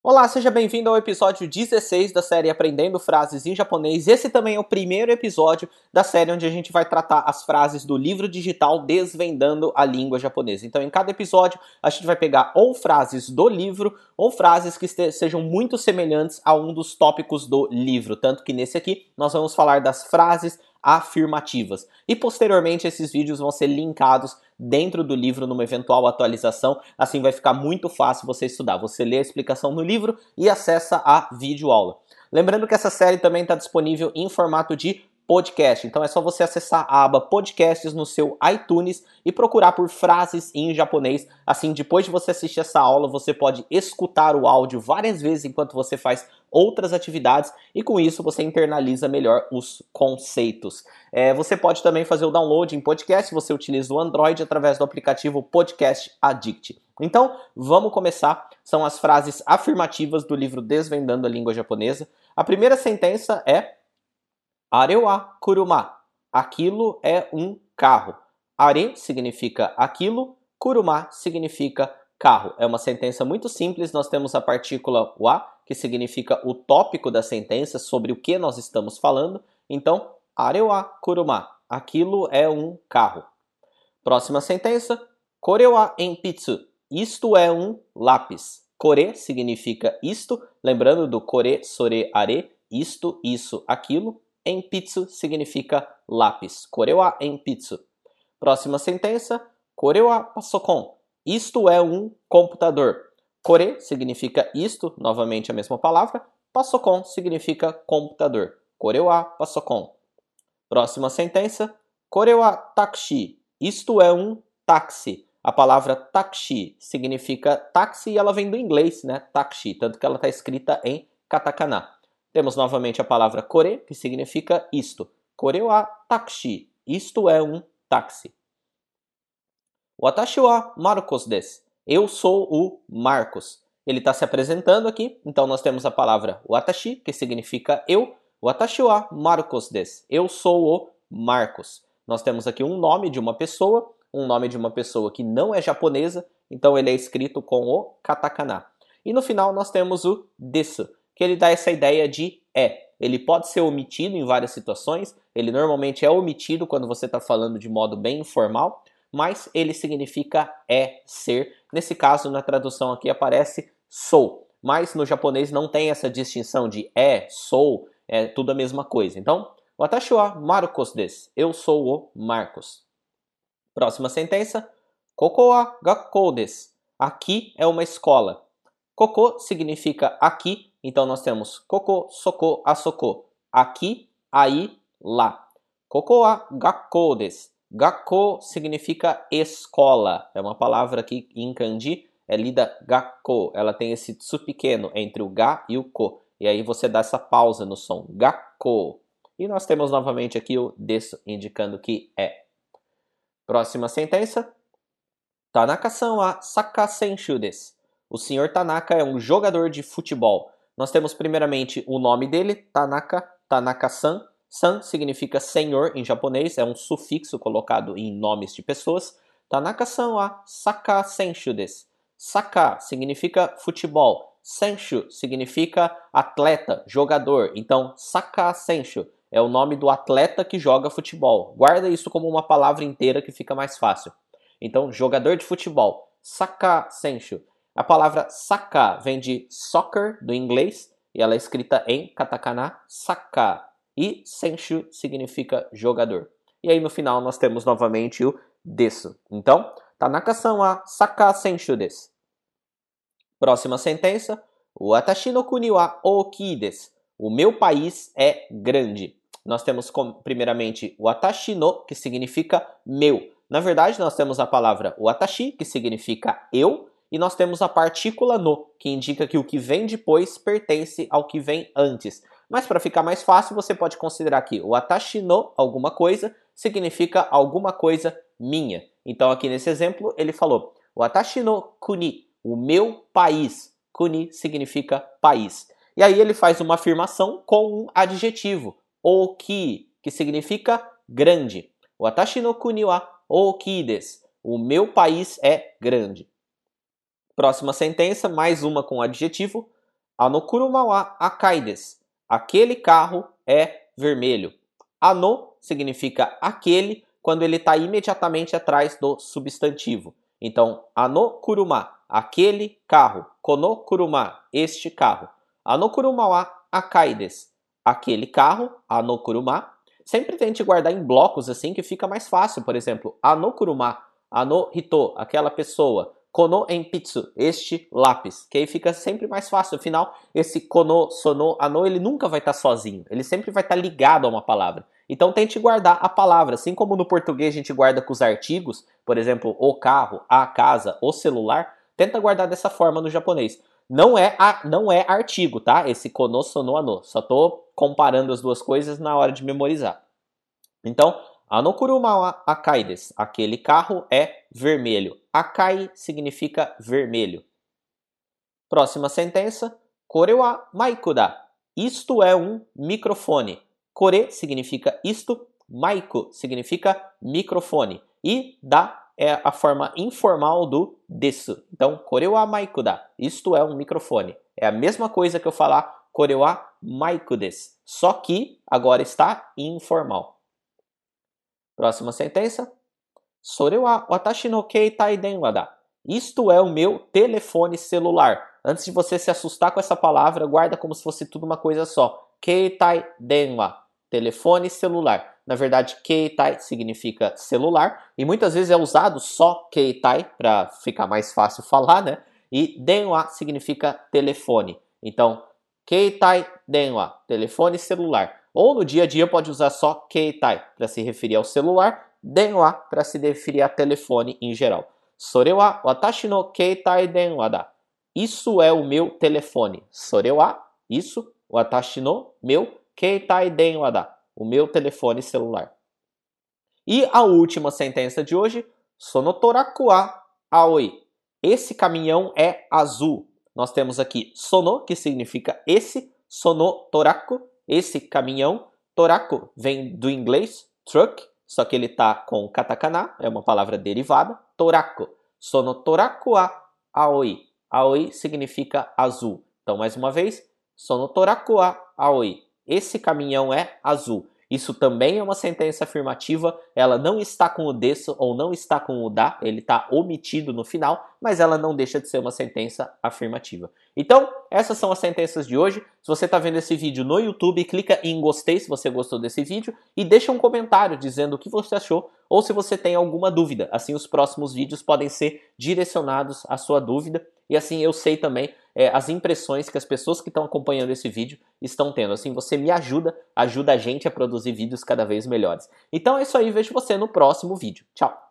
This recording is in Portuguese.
Olá, seja bem-vindo ao episódio 16 da série Aprendendo Frases em Japonês. Esse também é o primeiro episódio da série onde a gente vai tratar as frases do livro digital Desvendando a Língua Japonesa. Então, em cada episódio, a gente vai pegar ou frases do livro ou frases que sejam muito semelhantes a um dos tópicos do livro. Tanto que nesse aqui, nós vamos falar das frases afirmativas. E posteriormente esses vídeos vão ser linkados dentro do livro numa eventual atualização, assim vai ficar muito fácil você estudar. Você lê a explicação no livro e acessa a videoaula. Lembrando que essa série também está disponível em formato de podcast, então é só você acessar a aba podcasts no seu iTunes e procurar por frases em japonês. Assim, depois de você assistir essa aula, você pode escutar o áudio várias vezes enquanto você faz outras atividades e com isso você internaliza melhor os conceitos. Você pode também fazer o download em podcast se você utiliza o Android através do aplicativo Podcast Addict. Então, vamos começar. São as frases afirmativas do livro Desvendando a Língua Japonesa. A primeira sentença é Are wa kuruma. Aquilo é um carro. Are significa aquilo, kuruma significa carro. É uma sentença muito simples, nós temos a partícula wa, que significa o tópico da sentença, sobre o que nós estamos falando. Então, are wa kuruma. Aquilo é um carro. Próxima sentença, kore wa enpitsu. Isto é um lápis. Kore significa isto, lembrando do kore, sore, are, isto, isso, aquilo. Enpitsu significa lápis. Kore wa enpitsu. Próxima sentença, kore wa pasokon. Isto é um computador. Kore significa isto, novamente a mesma palavra. Pasokon significa computador. Kore wa pasokon. Próxima sentença, kore wa taxi. Isto é um táxi. A palavra taxi significa táxi e ela vem do inglês, né? Taxi, tanto que ela está escrita em katakana. Temos novamente a palavra kore, que significa isto. Kore wa taxi. Isto é um táxi. Watashi wa Marcos desu. Eu sou o Marcos. Ele está se apresentando aqui, então nós temos a palavra watashi, que significa eu. Watashi wa Marcos desu. Eu sou o Marcos. Nós temos aqui um nome de uma pessoa que não é japonesa, então ele é escrito com o katakana. E no final nós temos o desu, que ele dá essa ideia de é. Ele pode ser omitido em várias situações, ele normalmente é omitido quando você está falando de modo bem informal, mas ele significa é, ser. Nesse caso, na tradução aqui aparece sou, mas no japonês não tem essa distinção de é, sou, é tudo a mesma coisa. Então, watashi wa Marcos desu. Eu sou o Marcos. Próxima sentença, koko wa gakkou desu. Aqui é uma escola. Koko significa aqui, então nós temos koko, soko, asoko. Aqui, aí, lá. Koko wa gakkou desu. Gakkou significa escola. É uma palavra que em kanji é lida gakkou. Ela tem esse tsu pequeno entre o ga e o ko. E aí você dá essa pausa no som. Gakkou. E nós temos novamente aqui o desu, indicando que é. Próxima sentença. Tanaka-san wa sakkar senshu desu. O senhor Tanaka é um jogador de futebol. Nós temos primeiramente o nome dele, Tanaka, Tanaka-san. San significa senhor em japonês, é um sufixo colocado em nomes de pessoas. Tanaka-san wa sakkar senshu desu. Sakkar significa futebol. Senshu significa atleta, jogador. Então, sakkar senshu é o nome do atleta que joga futebol. Guarda isso como uma palavra inteira que fica mais fácil. Então, jogador de futebol. Sakkar senshu. A palavra sakkar vem de soccer, do inglês, e ela é escrita em katakana, sakkar. E senshu significa jogador. E aí no final nós temos novamente o desu. Então, Tanaka-san wa sakkar senshu desu. Próxima sentença. Watashi no kuni wa ookii desu. O meu país é grande. Nós temos primeiramente watashi no, que significa meu. Na verdade, nós temos a palavra watashi, que significa eu, e nós temos a partícula no, que indica que o que vem depois pertence ao que vem antes. Mas para ficar mais fácil, você pode considerar que o watashi no alguma coisa significa alguma coisa minha. Então aqui nesse exemplo ele falou watashi no kuni, o meu país. Kuni significa país. E aí ele faz uma afirmação com um adjetivo, ookii, que significa grande. Watashi no kuni wa ookii desu. O meu país é grande. Próxima sentença, mais uma com adjetivo. Ano kuruma wa akai desu. Aquele carro é vermelho. Ano significa aquele quando ele está imediatamente atrás do substantivo. Então, ano kuruma, aquele carro. Kono kuruma, este carro. Ano kuruma wa akai desu. Aquele carro, ano kuruma. Sempre tente guardar em blocos assim que fica mais fácil. Por exemplo, ano kuruma, ano hito, aquela pessoa. Kono enpitsu, este lápis, que aí fica sempre mais fácil. Afinal, esse kono, sono, ano, ele nunca vai estar sozinho. Ele sempre vai estar ligado a uma palavra. Então tente guardar a palavra, assim como no português a gente guarda com os artigos, por exemplo, o carro, a casa, o celular, tenta guardar dessa forma no japonês. Não é artigo, tá? Esse kono, sono, ano. Só tô comparando as duas coisas na hora de memorizar. Então, ano kuruma wa akai desu. Aquele carro é vermelho. Akai significa vermelho. Próxima sentença. Kore wa maiku da. Isto é um microfone. Kore significa isto. Maiku significa microfone. E da é a forma informal do desu. Então, kore wa maiku da. Isto é um microfone. É a mesma coisa que eu falar kore wa maiku desu. Só que agora está informal. Próxima sentença. Sore wa watashi no keitai denwa da. Isto é o meu telefone celular. Antes de você se assustar com essa palavra, guarda como se fosse tudo uma coisa só. Keitai denwa. Telefone celular. Na verdade, keitai significa celular. E muitas vezes é usado só keitai, para ficar mais fácil falar, né? E denwa significa telefone. Então, keitai denwa. Telefone celular. Ou no dia a dia pode usar só keitai para se referir ao celular, denwa para se referir a telefone em geral. Sore wa watashi no keitai denwa da. Isso é o meu telefone. Sore wa, isso, watashi no, meu, keitai denwa da. O meu telefone celular. E a última sentença de hoje, sono toraku wa aoi. Esse caminhão é azul. Nós temos aqui sono, que significa esse, sono toraku, esse caminhão. Toraku vem do inglês truck, só que ele está com katakana, é uma palavra derivada. Toraku. Sono toraku wa aoi. Aoi significa azul. Então, mais uma vez, sono toraku wa aoi. Esse caminhão é azul. Isso também é uma sentença afirmativa, ela não está com o desu ou não está com o da, ele está omitido no final, mas ela não deixa de ser uma sentença afirmativa. Então, essas são as sentenças de hoje. Se você está vendo esse vídeo no YouTube, clica em gostei se você gostou desse vídeo e deixa um comentário dizendo o que você achou ou se você tem alguma dúvida. Assim, os próximos vídeos podem ser direcionados à sua dúvida e assim eu sei também as impressões que as pessoas que estão acompanhando esse vídeo estão tendo. Assim, você me ajuda a gente a produzir vídeos cada vez melhores. Então é isso aí, vejo você no próximo vídeo. Tchau!